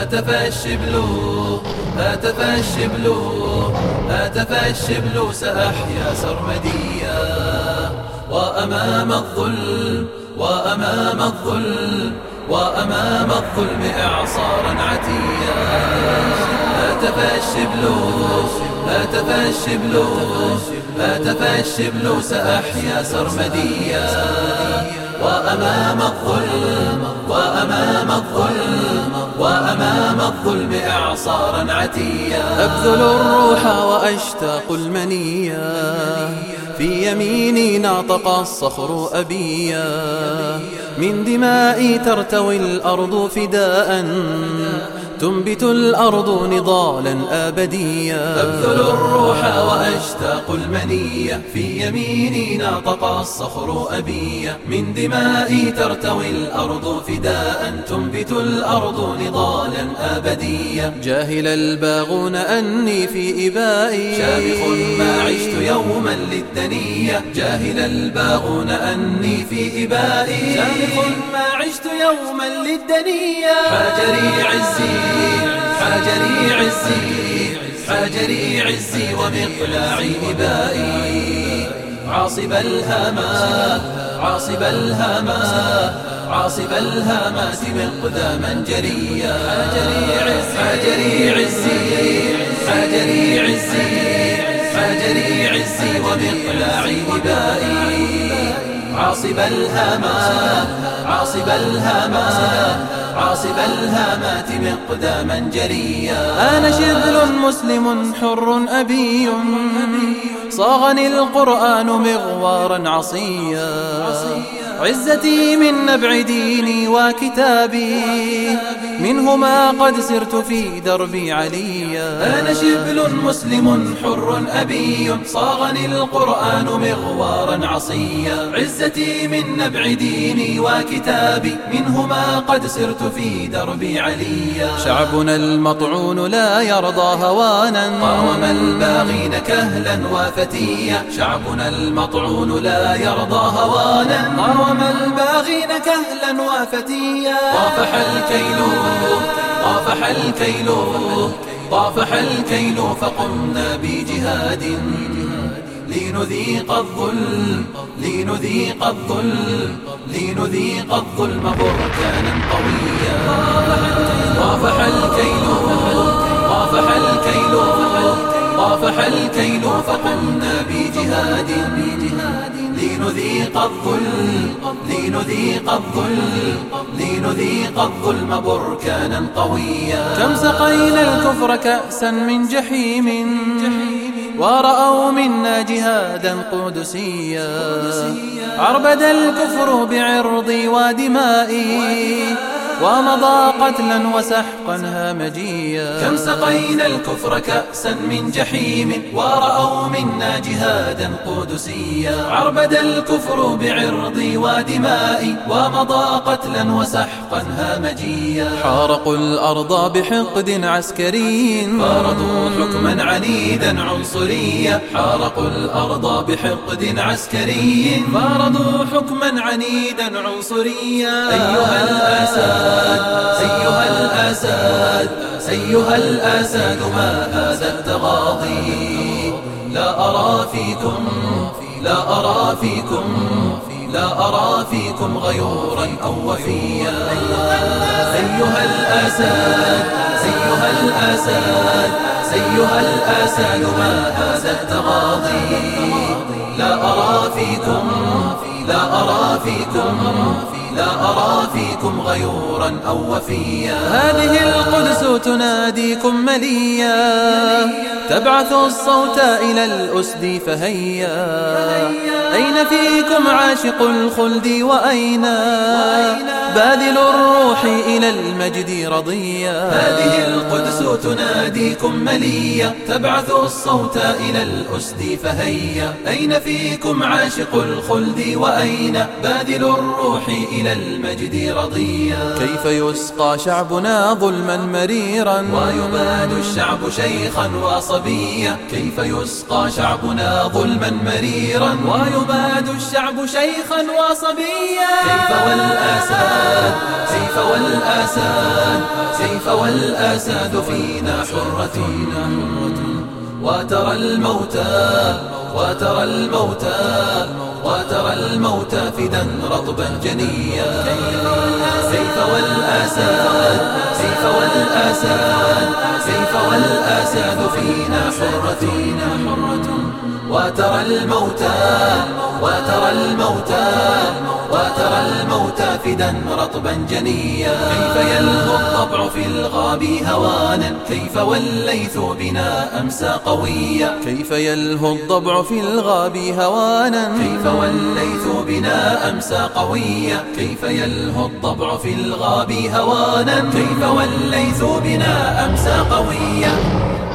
هتف الشبل هتف الشبل هتف الشبل سأحيا سرمديا وأمام الظلم وأمام الظلم وأمام الظلم إعصارا عتيا هتف الشبل هتف الشبل هتف الشبل سأحيا سرمديا وأمام الظلم وأمام الظلم وأمام الظلم إعصارا عتيا أبذل الروح وأشتاق المنيا في يميني ناطق الصخر أبيا من دمائي ترتوي الأرض فداء تنبت الأرض نضالا أبديا أبذل الروح وأشتاق المنية في يميني ناطق الصخر أبيا من دمائي ترتوي الأرض فداء تنبت الأرض نضالا أبديا جاهل الباغون أني في إبائي شامخ ما عشت يوما للدنية جاهل الباغون أني في إبائي شامخ ما عشت يوما للدنيا حجري عزي حجري عزي حجري عزي ومقلاعي إبائي عاصب الهامات عاصب الهامات عاصب الهامات مقداما جريا حجري عزي حجري عزي حجري عزي ومقلاعي إبائي عاصب الهامات عاصب الهامات عاصب الهامات مقداما جريا أنا شبل مسلم حر أبي صاغني القرآن مغوارا عصيا عزتي من نبع ديني وكتابي منهما قد سرت في دربي عليا أنا شبل مسلم حر أبي صاغني القرآن مغوارا عصيا عزتي من نبع ديني وكتابي منهما قد سرت في دربي عليا شعبنا المطعون لا يرضى هوانا قاوم الباغين كهلا وفتيا شعبنا المطعون لا يرضى هوانا قاوم الباغين كهلا وفتيا طافح الكيل طافح الكيل طافح الكيل فقمنا بجهاد لنذيق الظلم لنذيق الظلم لنذيق الظلم بركانا قويا طافح الكيل طافح الكيل طافح الكيل فقمنا بجهاد لنذيق الظلم لنذيق الظلم لنذيق الظلم بركانا قويا كم سقينا الكفر كأسا من جحيم ورأوا منا جهادا قدسيا عربد الكفر بعرضي ودمائي ومضى قتلا وسحقا هامجيا كم سقينا الكفر كأسا من جحيم ورأوا منا جهادا قدسيا عربد الكفر بعرضي ودمائي ومضى قتلا وسحقا هامجيا حارقوا الأرض بحقد عسكري فرضوا حكما عنيدا عنصريا حارقوا الأرض بحقد عسكري فرضوا حكما عنيدا عنصريا أيها الأساد أيها الأساد أيها الأساد ما هذا التغاضي لا أرى فيكم لا أرى فيكم لا أرى فيكم غيورا أو وفيا أيها الأساد أيها الأساد أيها الأساد ما هذا التغاضي لا أرى فيكم لا أرى فيكم لا أرى فيكم غيورا أو وفيا هذه القدس تناديكم مليا تبعث الصوت إلى الأسد فهيا أين فيكم عاشق الخلد وأين باذل الروح إلى المجد رضيا هذه القدس تناديكم مليا تبعث الصوت إلى الأسد فهيا أين فيكم عاشق الخلد وأين باذل الروح إلى إلى المجد رضيا. كيف يسقى شعبنا ظلما مريرا ويباد الشعب شيخا وصبيا. كيف يسقى شعبنا ظلما مريرا ويباد الشعب شيخا وصبيا. كيف والأساد كيف والأساد كيف والأساد فينا حرة. وترى الموتى وترى الموتى وترى الموتى فدا رطبا جنيا. كيف والأساد كيف والأساد كيف والأساد فينا حرة. وترى الموتى وترى الموتى وترى الموتى فدا رطبا جنيا. كيف يلهو الضبع في الغاب هوانا. كيف والليث بنا أمسى قويا. كيف يلهو الضبع في الغاب هوانا. كيف والليث بنا أمسى قويا. كيف يلهو الضبع في الغاب هوانا. كيف والليث بنا أمسى قويا.